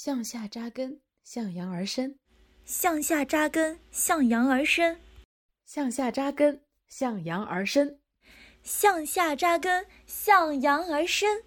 向下扎根，向阳而生； 向下扎根，向阳而生； 向下扎根，向阳而生； 向下扎根，向阳而生。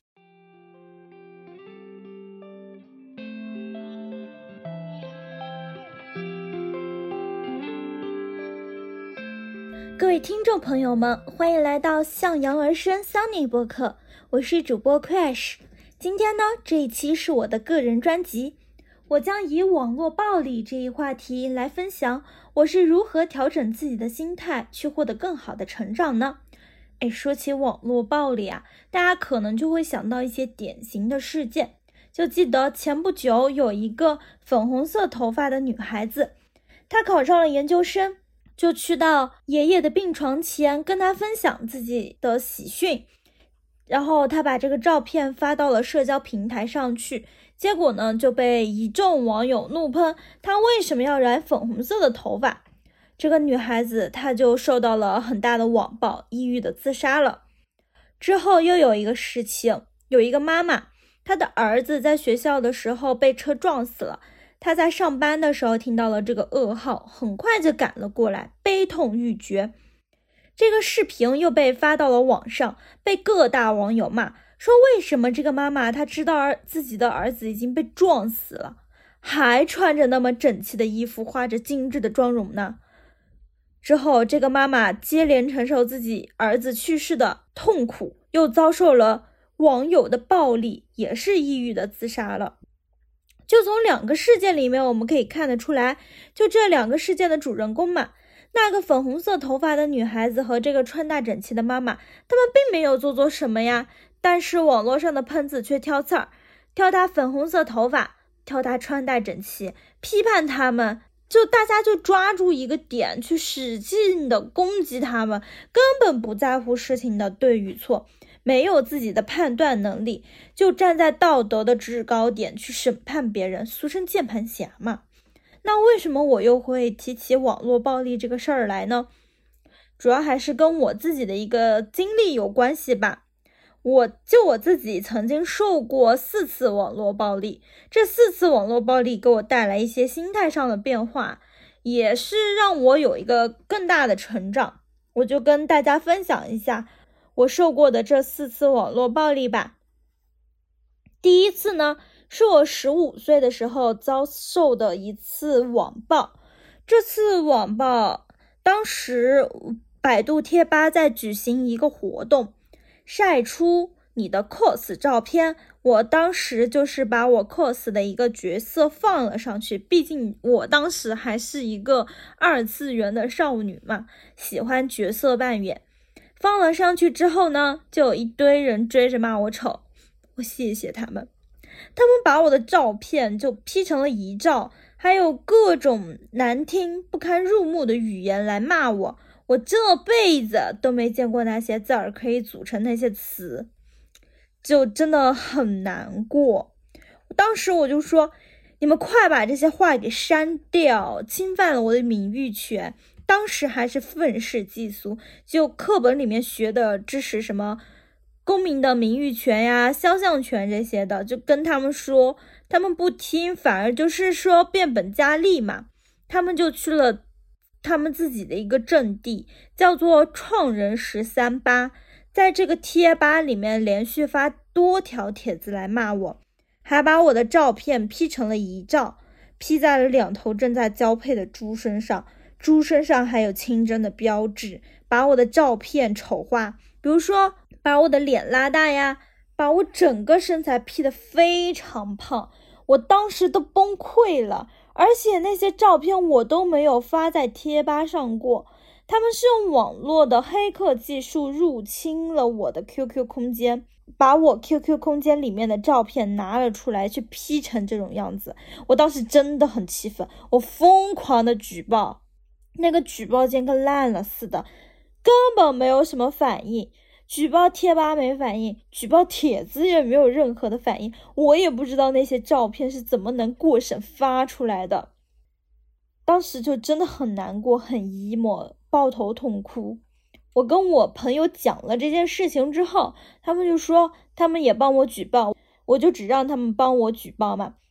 各位听众朋友们，欢迎来到向阳而生 Sunny 播客，我是主播 Crash。 今天呢，这一期是我的个人专辑，我将以网络暴力这一话题来分享我是如何调整自己的心态去获得更好的成长呢。说起网络暴力啊，大家可能就会想到一些典型的事件，就记得前不久有一个粉红色头发的女孩子，她考上了研究生，就去到爷爷的病床前跟他分享自己的喜讯，然后他把这个照片发到了社交平台上去，结果呢就被一众网友怒喷他为什么要染粉红色的头发。这个女孩子她就受到了很大的网暴，抑郁的自杀了。之后又有一个事情，有一个妈妈，她的儿子在学校的时候被车撞死了，他在上班的时候听到了这个噩耗，很快就赶了过来，悲痛欲绝。这个视频又被发到了网上，被各大网友骂，说为什么这个妈妈她知道自己的儿子已经被撞死了，还穿着那么整齐的衣服，画着精致的妆容呢？之后这个妈妈接连承受自己儿子去世的痛苦，又遭受了网友的暴力，也是抑郁的自杀了。就从两个事件里面我们可以看得出来，就这两个事件的主人公嘛，那个粉红色头发的女孩子和这个穿戴整齐的妈妈，他们并没有做什么呀，但是网络上的喷子却挑刺儿，挑她粉红色头发，挑她穿戴整齐，批判他们，就大家就抓住一个点去使劲的攻击他们，根本不在乎事情的对与错，没有自己的判断能力，就站在道德的制高点去审判别人，俗称键盘侠嘛。那为什么我又会提起网络暴力这个事儿来呢？主要还是跟我自己的一个经历有关系吧。我自己曾经受过4次网络暴力，这4次网络暴力给我带来一些心态上的变化，也是让我有一个更大的成长。我就跟大家分享一下我受过的这4次网络暴力吧。第一次呢，是我15岁的时候遭受的一次网暴。这次网暴，当时百度贴吧在举行一个活动，晒出你的 cos 照片，我当时就是把我 cos 的一个角色放了上去，毕竟我当时还是一个2次元的少女嘛，喜欢角色扮演。放了上去之后呢，就有一堆人追着骂我丑，我谢谢他们。他们把我的照片就 P 成了遗照，还有各种难听不堪入目的语言来骂我，我这辈子都没见过那些字儿可以组成那些词，就真的很难过。当时我就说，你们快把这些话给删掉，侵犯了我的名誉权。当时还是愤世嫉俗，就课本里面学的知识，什么公民的名誉权呀、肖像权这些的，就跟他们说，他们不听，反而就是说变本加厉嘛。他们就去了他们自己的一个阵地，叫做创人138，在这个贴吧里面连续发多条帖子来骂我，还把我的照片 P 成了遗照， P 在了2头正在交配的猪身上，猪身上还有清真的标志，把我的照片丑化，比如说把我的脸拉大呀，把我整个身材 P 得非常胖，我当时都崩溃了。而且那些照片我都没有发在贴吧上过，他们是用网络的黑客技术入侵了我的 QQ 空间，把我 QQ 空间里面的照片拿了出来去 P 成这种样子。我当时真的很气愤，我疯狂的举报，那个举报键跟烂了似的，根本没有什么反应。举报贴吧没反应，举报帖子也没有任何的反应，我也不知道那些照片是怎么能过审发出来的。当时就真的很难过，很 emo， 抱头痛哭。我跟我朋友讲了这件事情之后，他们就说他们也帮我举报，我就只让他们帮我举报嘛。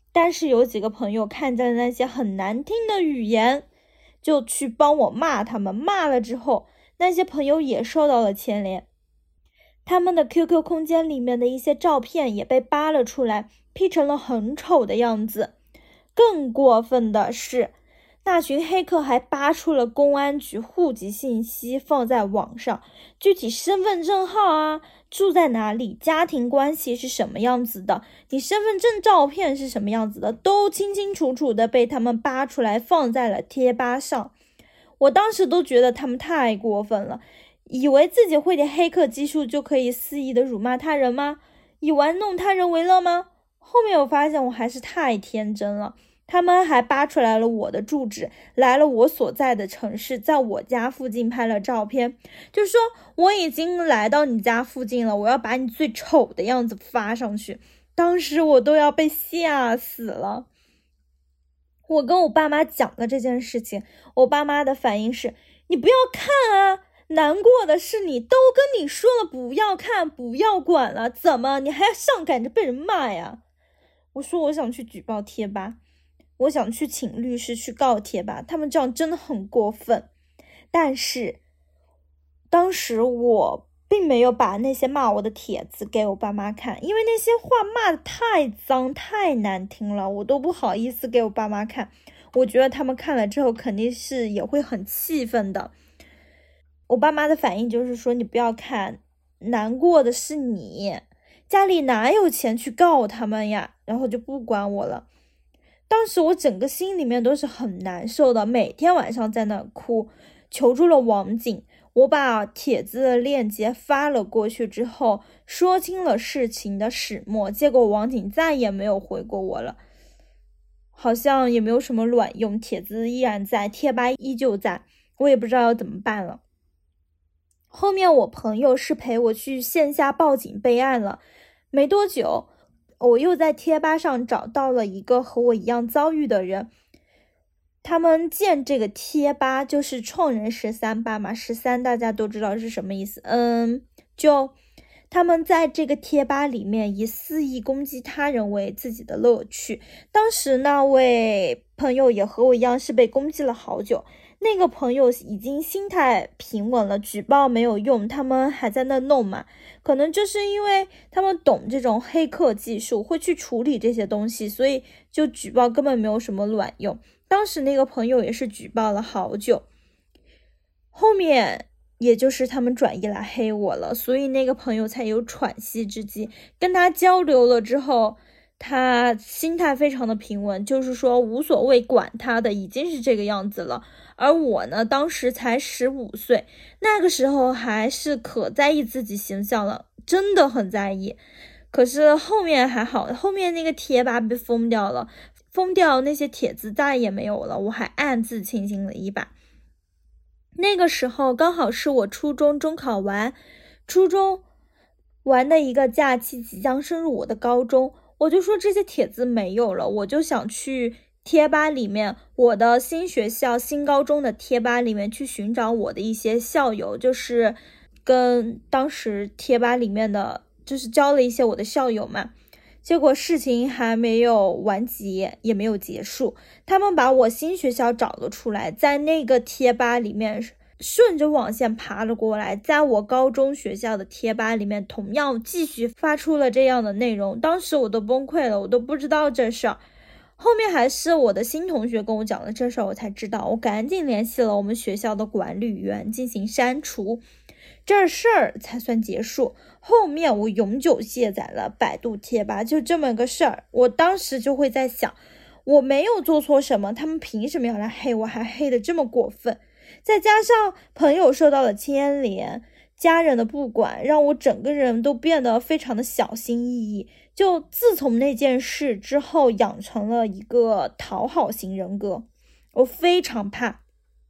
但是有几个朋友看见了那些很难听的语言，就去帮我骂他们，骂了之后，那些朋友也受到了牵连。他们的 QQ 空间里面的一些照片也被扒了出来，P 成了很丑的样子。更过分的是，那群黑客还扒出了公安局户籍信息放在网上，具体身份证号啊，住在哪里，家庭关系是什么样子的，你身份证照片是什么样子的，都清清楚楚的被他们扒出来放在了贴吧上。我当时都觉得他们太过分了，以为自己会点黑客技术就可以肆意的辱骂他人吗？以玩弄他人为乐吗？后面我发现我还是太天真了，他们还扒出来了我的住址，来了我所在的城市，在我家附近拍了照片，就说我已经来到你家附近了，我要把你最丑的样子发上去。当时我都要被吓死了。我跟我爸妈讲了这件事情，我爸妈的反应是，你不要看啊，难过的是你，都跟你说了不要看不要管了，怎么你还要上赶着被人骂呀？我说我想去举报贴吧，我想去请律师去告贴吧，他们这样真的很过分。但是当时我并没有把那些骂我的帖子给我爸妈看，因为那些话骂的太脏太难听了，我都不好意思给我爸妈看，我觉得他们看了之后肯定是也会很气愤的。我爸妈的反应就是说，你不要看，难过的是你，家里哪有钱去告他们呀，然后就不管我了。当时我整个心里面都是很难受的，每天晚上在那哭，求助了网警。我把帖子的链接发了过去之后，说清了事情的始末，结果网警再也没有回过我了，好像也没有什么卵用，帖子依然在，贴吧依旧在，我也不知道要怎么办了。后面我朋友是陪我去线下报警备案了，没多久我又在贴吧上找到了一个和我一样遭遇的人，他们建这个贴吧就是创人13吧嘛，13大家都知道是什么意思，就他们在这个贴吧里面以肆意攻击他人为自己的乐趣。当时那位朋友也和我一样是被攻击了好久，那个朋友已经心态平稳了，举报没有用，他们还在那弄嘛，可能就是因为他们懂这种黑客技术，会去处理这些东西，所以就举报根本没有什么卵用。当时那个朋友也是举报了好久，后面也就是他们转移来黑我了，所以那个朋友才有喘息之机。跟他交流了之后，他心态非常的平稳，就是说无所谓，管他的，已经是这个样子了。而我呢，当时才15岁，那个时候还是可在意自己形象了，真的很在意。可是后面还好，后面那个贴吧被封掉了，封掉那些帖子再也没有了，我还暗自庆幸了一把。那个时候刚好是我初中中考完，初中完的一个假期即将升入我的高中，我就说这些帖子没有了，我就想去贴吧里面，我的新学校新高中的贴吧里面去寻找我的一些校友，就是跟当时贴吧里面的就是交了一些我的校友嘛。结果事情还没有完结，也没有结束，他们把我新学校找了出来，在那个贴吧里面顺着网线爬了过来，在我高中学校的贴吧里面同样继续发出了这样的内容。当时我都崩溃了，我都不知道这事儿。后面还是我的新同学跟我讲了这事儿，我才知道，我赶紧联系了我们学校的管理员进行删除，这事儿才算结束。后面我永久卸载了百度贴吧，就这么个事儿。我当时就会在想，我没有做错什么，他们凭什么要来黑我，还黑得这么过分？再加上朋友受到了牵连，家人的不管，让我整个人都变得非常的小心翼翼。就自从那件事之后，养成了一个讨好型人格。我非常怕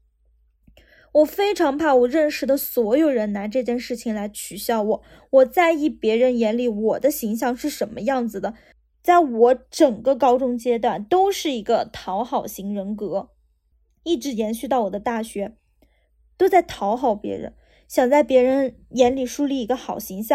我认识的所有人拿这件事情来取笑我，我在意别人眼里我的形象是什么样子的。在我整个高中阶段都是一个讨好型人格，一直延续到我的大学，都在讨好别人，想在别人眼里树立一个好形象，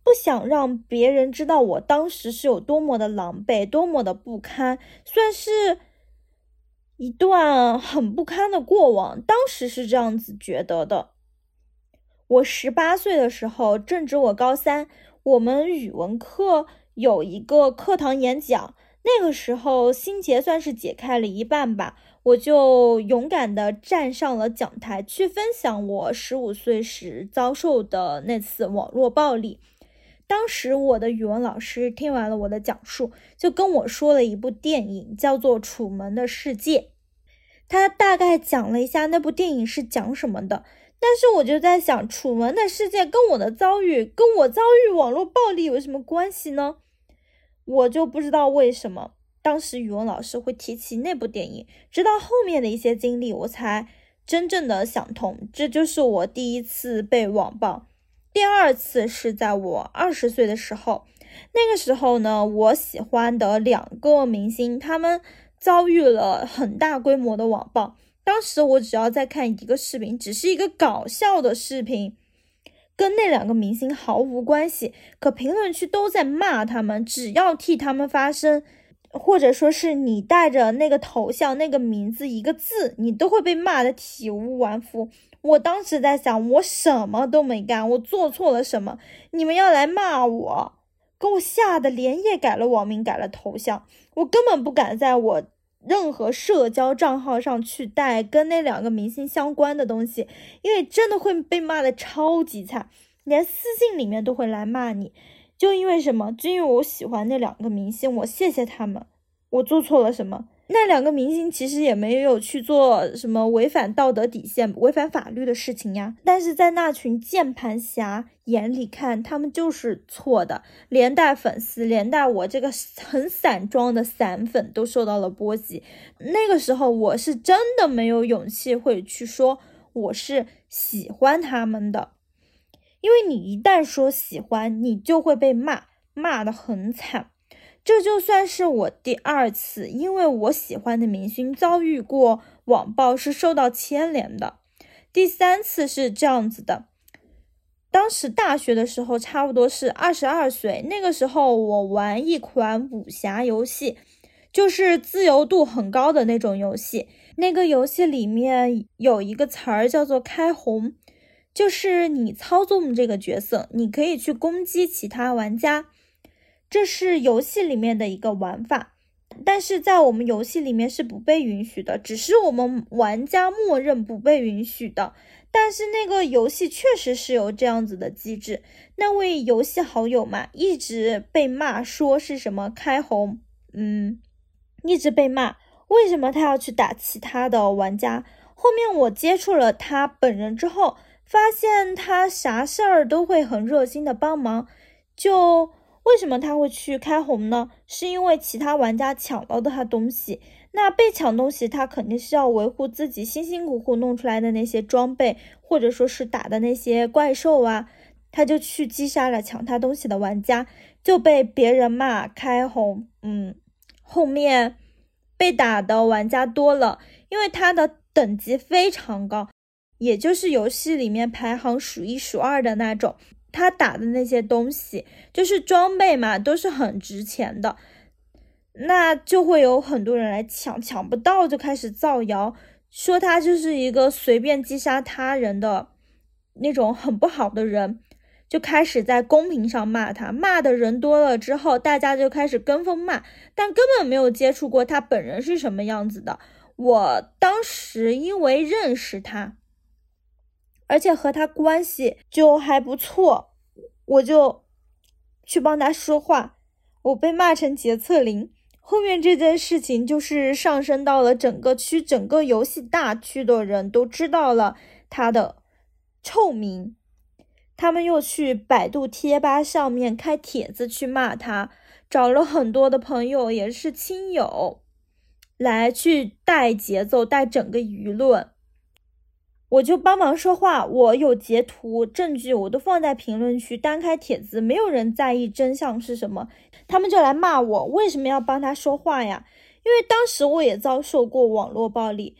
不想让别人知道我当时是有多么的狼狈，多么的不堪，算是一段很不堪的过往，当时是这样子觉得的。我18岁的时候，正值我高3，我们语文课有一个课堂演讲，那个时候心结算是解开了一半吧，我就勇敢地站上了讲台，去分享我15岁时遭受的那次网络暴力。当时我的语文老师听完了我的讲述，就跟我说了一部电影，叫做《楚门的世界》。他大概讲了一下那部电影是讲什么的，但是我就在想，楚门的世界跟我的遭遇，跟我遭遇网络暴力有什么关系呢？我就不知道为什么当时语文老师会提起那部电影，直到后面的一些经历，我才真正的想通，这就是我第一次被网暴。第二次是在我20岁的时候，那个时候呢，我喜欢的2个明星，他们遭遇了很大规模的网暴。当时我只要在看一个视频，只是一个搞笑的视频，跟那2个明星毫无关系，可评论区都在骂他们，只要替他们发声，或者说是你带着那个头像、那个名字一个字，你都会被骂得体无完肤。我当时在想，我什么都没干，我做错了什么？你们要来骂我，给我吓得连夜改了网名，改了头像。我根本不敢在我任何社交账号上去带跟那2个明星相关的东西，因为真的会被骂的超级惨，连私信里面都会来骂你。就因为什么？就因为我喜欢那2个明星，我谢谢他们。我做错了什么？那2个明星其实也没有去做什么违反道德底线、违反法律的事情呀，但是在那群键盘侠眼里看，他们就是错的，连带粉丝，连带我这个很散装的散粉都受到了波及。那个时候我是真的没有勇气会去说我是喜欢他们的，因为你一旦说喜欢，你就会被骂得很惨。这就算是我第2次因为我喜欢的明星遭遇过网暴，是受到牵连的。第3次是这样子的，当时大学的时候差不多是22岁，那个时候我玩一款武侠游戏，就是自由度很高的那种游戏。那个游戏里面有一个词儿叫做开红，就是你操纵这个角色，你可以去攻击其他玩家，这是游戏里面的一个玩法，但是在我们游戏里面是不被允许的，只是我们玩家默认不被允许的。但是那个游戏确实是有这样子的机制，那位游戏好友嘛，一直被骂说是什么开红，一直被骂，为什么他要去打其他的玩家？后面我接触了他本人之后，发现他啥事儿都会很热心的帮忙。就为什么他会去开红呢？是因为其他玩家抢了他东西，那被抢东西他肯定是要维护自己辛辛苦苦弄出来的那些装备，或者说是打的那些怪兽啊，他就去击杀了抢他东西的玩家，就被别人骂开红。后面被打的玩家多了，因为他的等级非常高，也就是游戏里面排行数1数2的那种，他打的那些东西就是装备嘛，都是很值钱的，那就会有很多人来抢，抢不到就开始造谣，说他就是一个随便击杀他人的那种很不好的人，就开始在公屏上骂他，骂的人多了之后，大家就开始跟风骂，但根本没有接触过他本人是什么样子的。我当时因为认识他，而且和他关系就还不错，我就去帮他说话，我被骂成洁厕灵。后面这件事情就是上升到了整个区，整个游戏大区的人都知道了他的臭名，他们又去百度贴吧上面开帖子去骂他，找了很多的朋友也是亲友来去带节奏，带整个舆论。我就帮忙说话，我有截图证据我都放在评论区，单开帖子，没有人在意真相是什么，他们就来骂我为什么要帮他说话呀？因为当时我也遭受过网络暴力，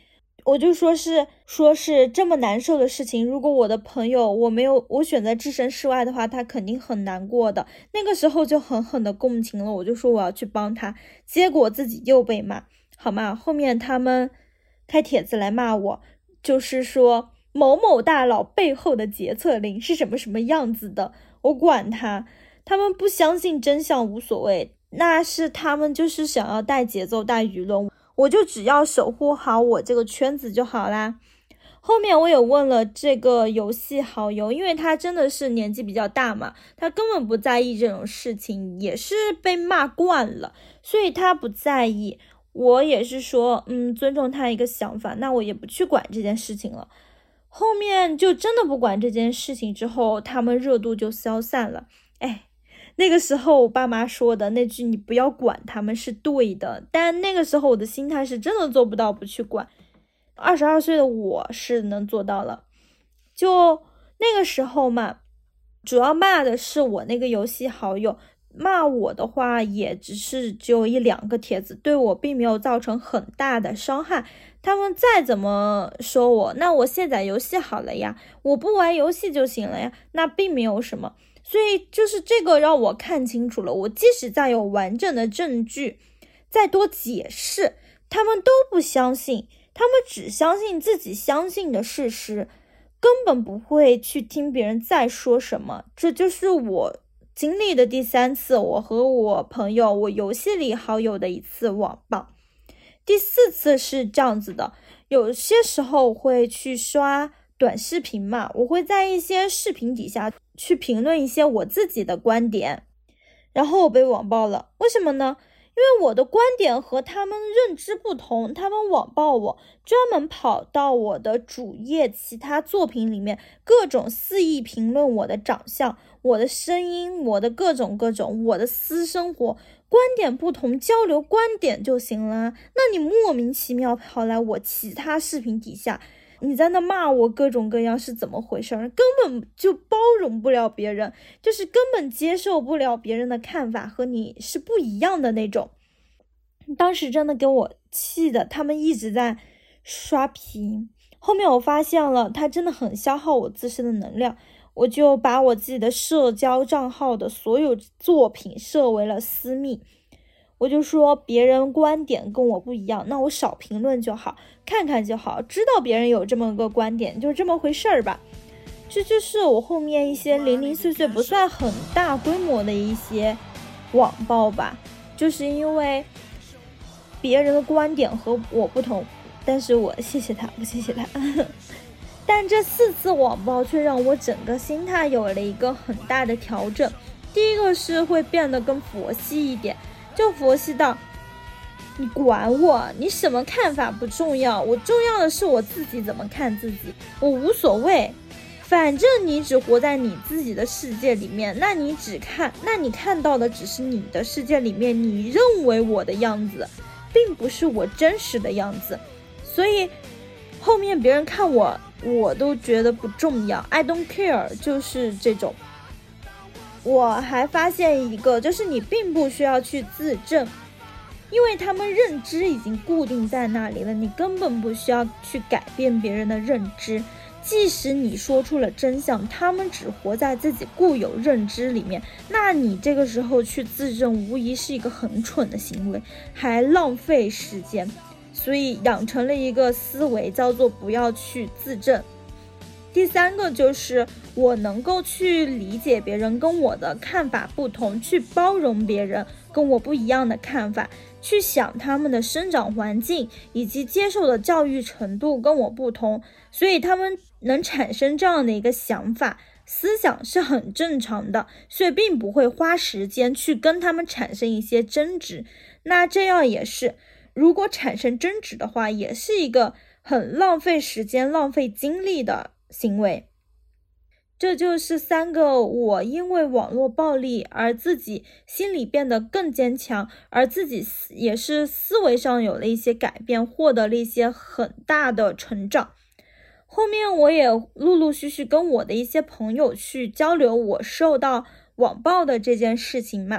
我就说是这么难受的事情，如果我的朋友我选择置身事外的话，他肯定很难过的。那个时候就狠狠的共情了，我就说我要去帮他，结果自己又被骂，好吗？后面他们开帖子来骂我，就是说某某大佬背后的决策令是什么什么样子的，我管他们不相信真相无所谓，那是他们就是想要带节奏带舆论，我就只要守护好我这个圈子就好啦。后面我也问了这个游戏好友，因为他真的是年纪比较大嘛，他根本不在意这种事情，也是被骂惯了，所以他不在意。我也是说尊重他一个想法，那我也不去管这件事情了。后面就真的不管这件事情之后，他们热度就消散了。那个时候我爸妈说的那句你不要管他们是对的，但那个时候我的心态是真的做不到不去管。22岁的我是能做到了。就那个时候嘛，主要骂的是我那个游戏好友，骂我的话也只有1-2个帖子，对我并没有造成很大的伤害。他们再怎么说我，那我卸载游戏好了呀，我不玩游戏就行了呀，那并没有什么。所以就是这个让我看清楚了，我即使再有完整的证据，再多解释，他们都不相信，他们只相信自己相信的事实，根本不会去听别人再说什么。这就是我经历的第3次我和我朋友我游戏里好友的一次网暴。第4次是这样子的，有些时候会去刷短视频嘛，我会在一些视频底下去评论一些我自己的观点，然后我被网暴了。为什么呢？因为我的观点和他们认知不同，他们网暴我，专门跑到我的主页其他作品里面各种肆意评论我的长相、我的声音、我的各种我的私生活。观点不同，交流观点就行了，那你莫名其妙跑来我其他视频底下，你在那骂我各种各样是怎么回事？根本就包容不了别人，就是根本接受不了别人的看法和你是不一样的那种。当时真的给我气的，他们一直在刷屏。后面我发现了，他真的很消耗我自身的能量，我就把我自己的社交账号的所有作品设为了私密。我就说别人观点跟我不一样，那我少评论就好，看看就好，知道别人有这么个观点，就这么回事儿吧。这就是我后面一些零零碎碎不算很大规模的一些网暴吧，就是因为别人的观点和我不同，但是我谢谢他，不谢谢他。但这4次网暴却让我整个心态有了一个很大的调整。第一个是会变得更佛系一点，就佛系到你管我，你什么看法不重要，我重要的是我自己怎么看自己，我无所谓，反正你只活在你自己的世界里面，那你看到的只是你的世界里面你认为我的样子，并不是我真实的样子。所以后面别人看我都觉得不重要， I don't care， 就是这种。我还发现一个，就是你并不需要去自证，因为他们认知已经固定在那里了，你根本不需要去改变别人的认知。即使你说出了真相，他们只活在自己固有认知里面，那你这个时候去自证无疑是一个很蠢的行为，还浪费时间。所以养成了一个思维，叫做不要去自证。第3个就是我能够去理解别人跟我的看法不同，去包容别人跟我不一样的看法，去想他们的生长环境以及接受的教育程度跟我不同，所以他们能产生这样的一个想法思想是很正常的，所以并不会花时间去跟他们产生一些争执。那这样也是，如果产生争执的话，也是一个很浪费时间浪费精力的行为。这就是3个我因为网络暴力而自己心里变得更坚强，而自己也是思维上有了一些改变，获得了一些很大的成长。后面我也陆陆续续跟我的一些朋友去交流我受到网暴的这件事情嘛，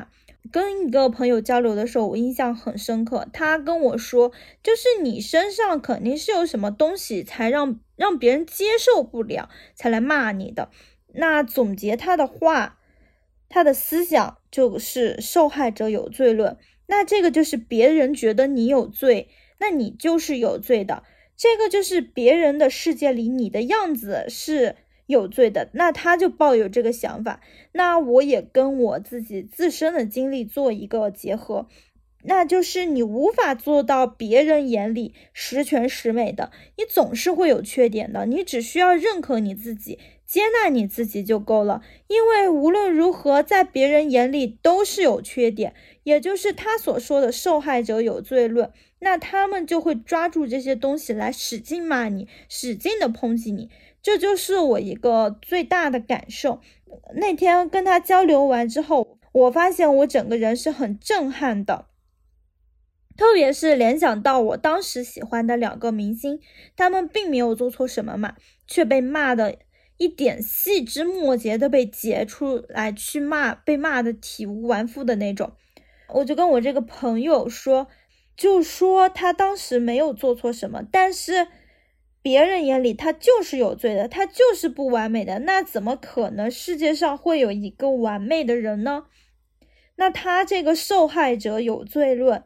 跟一个朋友交流的时候，我印象很深刻，他跟我说，就是你身上肯定是有什么东西才让别人接受不了，才来骂你的。那总结他的话，他的思想就是受害者有罪论。那这个就是别人觉得你有罪，那你就是有罪的。这个就是别人的世界里你的样子是有罪的，那他就抱有这个想法。那我也跟我自己自身的经历做一个结合，那就是你无法做到别人眼里十全十美的，你总是会有缺点的，你只需要认可你自己，接纳你自己就够了。因为无论如何在别人眼里都是有缺点，也就是他所说的受害者有罪论，那他们就会抓住这些东西来使劲骂你，使劲的抨击你。这就是我一个最大的感受。那天跟他交流完之后，我发现我整个人是很震撼的，特别是联想到我当时喜欢的2个明星，他们并没有做错什么嘛，却被骂的一点细枝末节的被截出来去骂，被骂的体无完肤的那种。我就跟我这个朋友说，就说他当时没有做错什么，但是别人眼里他就是有罪的，他就是不完美的，那怎么可能世界上会有一个完美的人呢？那他这个受害者有罪论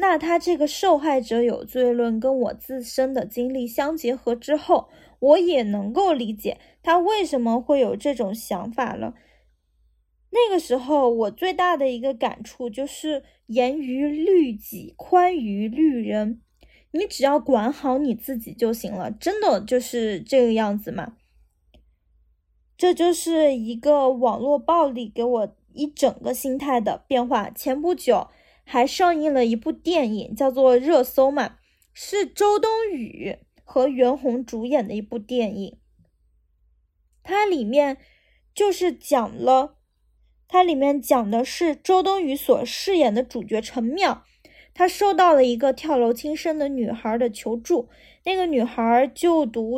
跟我自身的经历相结合之后，我也能够理解他为什么会有这种想法了。那个时候我最大的一个感触就是严于律己，宽于律人，你只要管好你自己就行了，真的就是这个样子嘛。这就是一个网络暴力给我一整个心态的变化。前不久还上映了一部电影叫做《热搜》嘛，是周冬雨和袁弘主演的一部电影。它里面讲的是周冬雨所饰演的主角陈妙，她收到了一个跳楼轻生的女孩的求助。那个女孩就读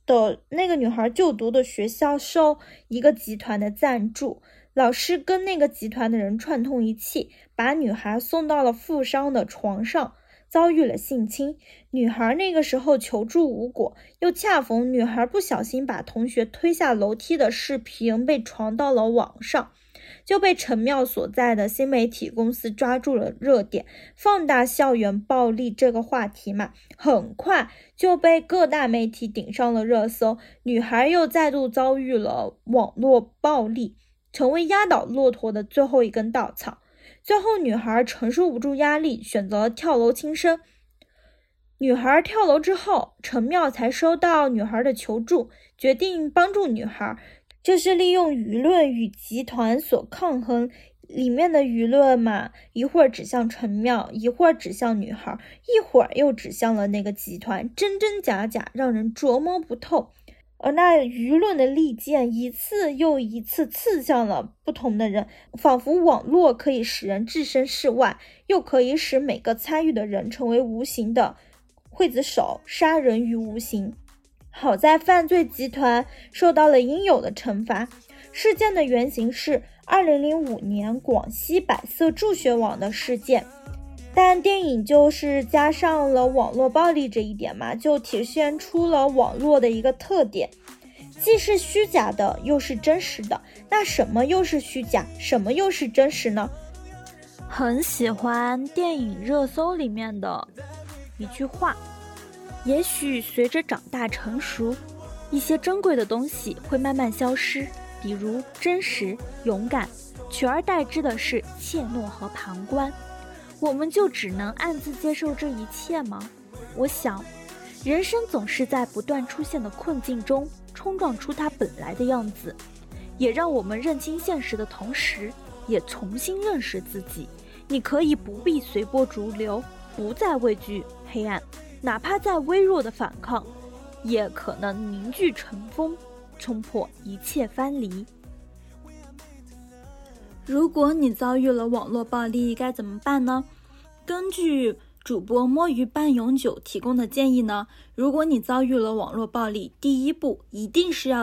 的学校受一个集团的赞助，老师跟那个集团的人串通一气，把女孩送到了负伤的床上，遭遇了性侵。女孩那个时候求助无果，又恰逢女孩不小心把同学推下楼梯的视频被传到了网上，就被陈妙所在的新媒体公司抓住了热点，放大校园暴力这个话题嘛，很快就被各大媒体顶上了热搜。女孩又再度遭遇了网络暴力，成为压倒骆驼的最后一根稻草。最后女孩承受不住压力，选择跳楼轻生。女孩跳楼之后，陈妙才收到女孩的求助，决定帮助女孩，就是利用舆论与集团所抗衡。里面的舆论嘛，一会儿指向陈妙，一会儿指向女孩，一会儿又指向了那个集团，真真假假，让人琢磨不透。而那舆论的利剑一次又一次刺向了不同的人，仿佛网络可以使人置身事外，又可以使每个参与的人成为无形的刽子手，杀人于无形。好在犯罪集团受到了应有的惩罚。事件的原型是2005年广西百色助学网的事件，但电影就是加上了网络暴力这一点嘛，就体现出了网络的一个特点，既是虚假的又是真实的。那什么又是虚假，什么又是真实呢？很喜欢电影热搜里面的一句话，也许随着长大成熟，一些珍贵的东西会慢慢消失，比如真实、勇敢，取而代之的是怯懦和旁观。我们就只能暗自接受这一切吗？我想，人生总是在不断出现的困境中冲撞出它本来的样子，也让我们认清现实的同时，也重新认识自己。你可以不必随波逐流，不再畏惧黑暗，哪怕再微弱的反抗，也可能凝聚成风，冲破一切藩篱。如果你遭遇了网络暴力，该怎么办呢？根据主播摸鱼半永久提供的建议呢，如果你遭遇了网络暴力，第一步一定是要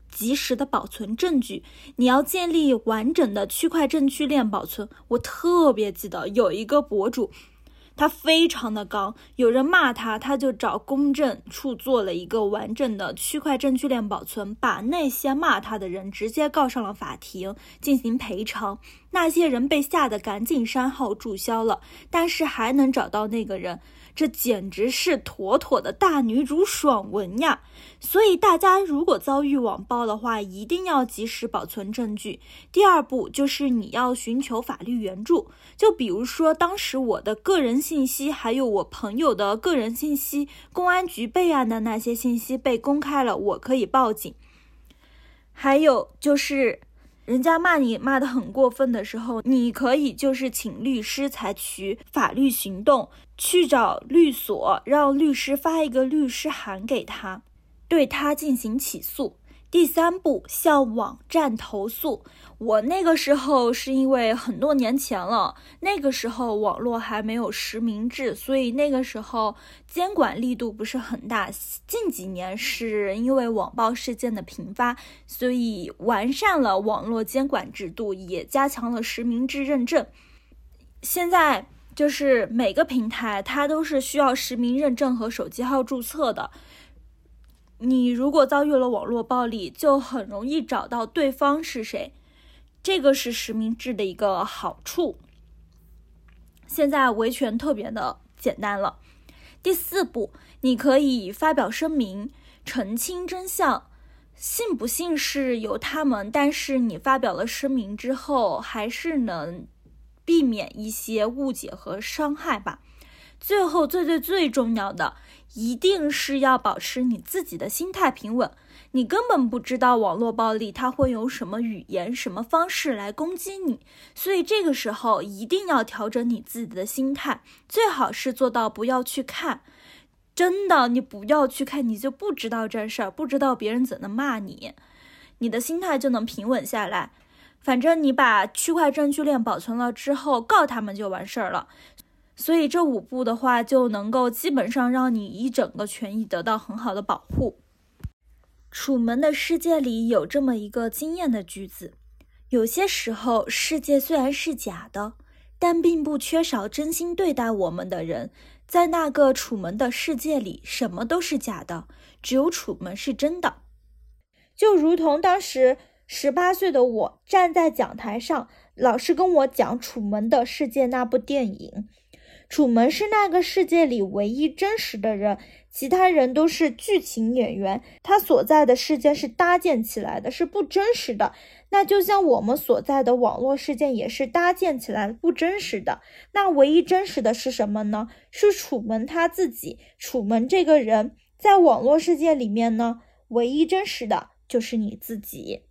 及时的保存证据，你要建立完整的区块证据链保存。我特别记得有一个博主，他非常的刚，有人骂他，他就找公证处做了一个完整的区块证据链保存，把那些骂他的人直接告上了法庭进行赔偿。那些人被吓得赶紧删号注销了，但是还能找到那个人，这简直是妥妥的大女主爽文呀！所以大家如果遭遇网暴的话，一定要及时保存证据。第二步就是你要寻求法律援助，就比如说当时我的个人信息还有我朋友的个人信息，公安局备案的那些信息被公开了，我可以报警。还有就是人家骂你骂得很过分的时候，你可以就是请律师采取法律行动，去找律所，让律师发一个律师函给他，对他进行起诉。第三步，向网站投诉。我那个时候是因为很多年前了，那个时候网络还没有实名制，所以那个时候监管力度不是很大。近几年是因为网暴事件的频发，所以完善了网络监管制度，也加强了实名制认证。现在就是每个平台它都是需要实名认证和手机号注册的。你如果遭遇了网络暴力，就很容易找到对方是谁，这个是实名制的一个好处。现在维权特别的简单了。第四步，你可以发表声明，澄清真相。信不信是由他们，但是你发表了声明之后，还是能避免一些误解和伤害吧。最后最重要的，一定是要保持你自己的心态平稳。你根本不知道网络暴力它会用什么语言什么方式来攻击你，所以这个时候一定要调整你自己的心态，最好是做到不要去看。真的，你不要去看，你就不知道这事儿，不知道别人怎么骂你，你的心态就能平稳下来。反正你把区块证据链保存了之后，告他们就完事儿了。所以这5步的话，就能够基本上让你一整个权益得到很好的保护。楚门的世界里有这么一个惊艳的句子：有些时候世界虽然是假的，但并不缺少真心对待我们的人。在那个楚门的世界里，什么都是假的，只有楚门是真的。就如同当时18岁的我站在讲台上，老师跟我讲《楚门的世界》那部电影，楚门是那个世界里唯一真实的人，其他人都是剧情演员，他所在的世界是搭建起来的，是不真实的。那就像我们所在的网络世界也是搭建起来不真实的，那唯一真实的是什么呢？是楚门他自己。楚门这个人在网络世界里面呢，唯一真实的就是你自己。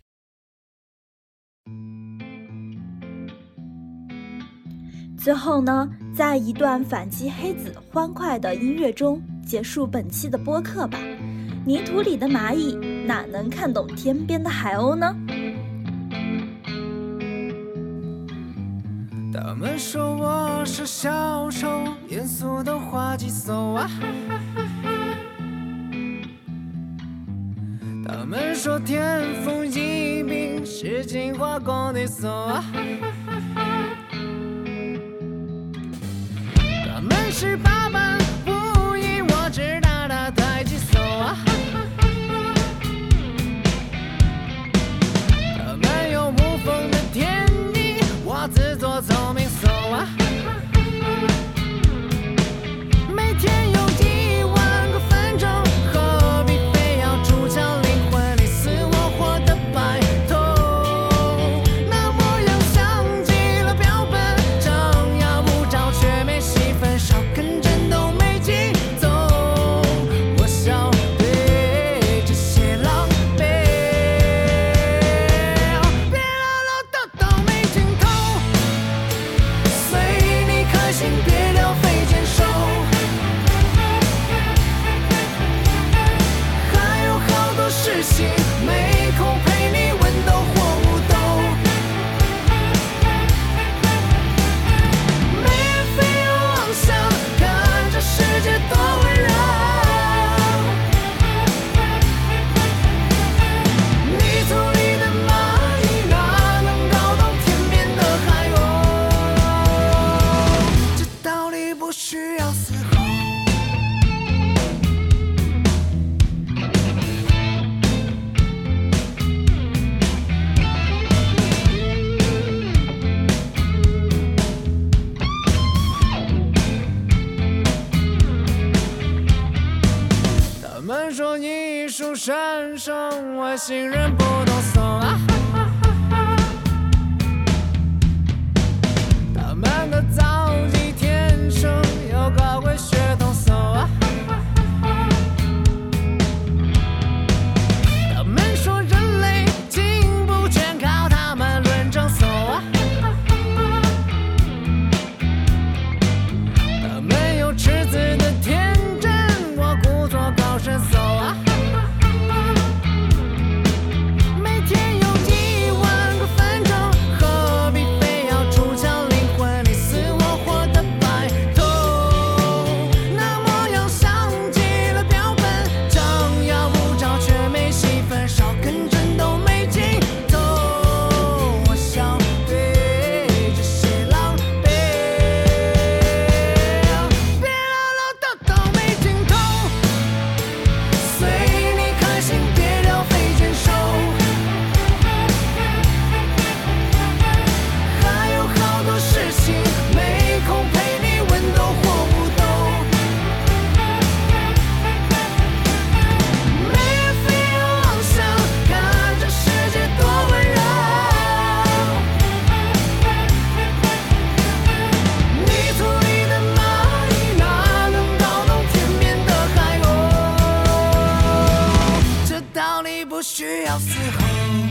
最后呢，在一段反击黑子欢快的音乐中结束本期的播客吧。泥土里的蚂蚁哪能看懂天边的海鸥呢？ 他们说我是小丑，严肃的滑稽，so啊。他们说天赋异禀是进化功能，so啊。他们是八般武艺，我只打打太极，so啊。他们有无缝的天地，我自作聪明，so啊。每天有1万个分钟，何必非要筑墙灵魂你死我活的白头？那模样像极了标本，张牙舞爪却没戏份，少根震动。 出身生，外星人不懂怂啊！他们的造诣天生有高贵血统怂啊！他们说人类进步全靠他们论证怂啊！他们有赤子的天真，我故作高深搜啊！每天有10000个纷争，何必非要出枪灵魂你死我活的白头？那模样像极了标本，张牙舞爪却没戏份，少根针都没尽头。我想对这些狼狈，别唠唠叨叨没尽头，随你开心，别掉飞剑手。还有好多事情没空陪你问都或不懂，没人非要妄想看这世界多温柔，泥土里的蚂蚁哪能搞懂天边的海鸥？这道理不需要嘶吼。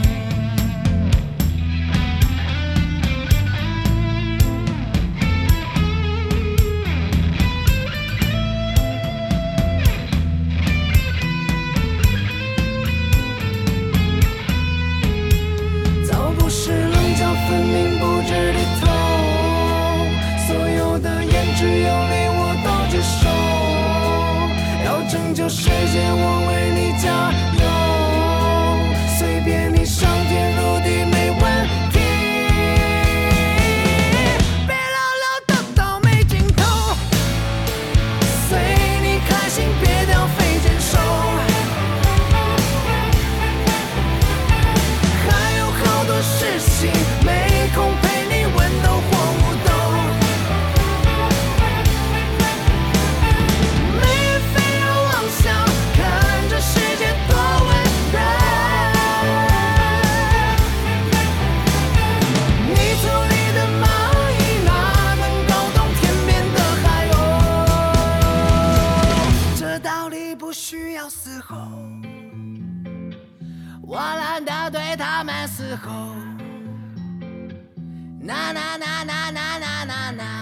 早不是棱角分明不知低头，所有的言之有理我都接受，要拯救世界我为你加油，随便你上天入地没问题，别唠唠叨叨没尽头，随你开心别掉飞剑手。还有好多事情没空陪你问都或不懂，没人非要妄想看这世界多温柔，泥土里的蚂蚁哪能搞懂天边的海鸥？这道理不需要嘶吼，我懒得对他们嘶吼，呐呐呐呐呐呐呐呐。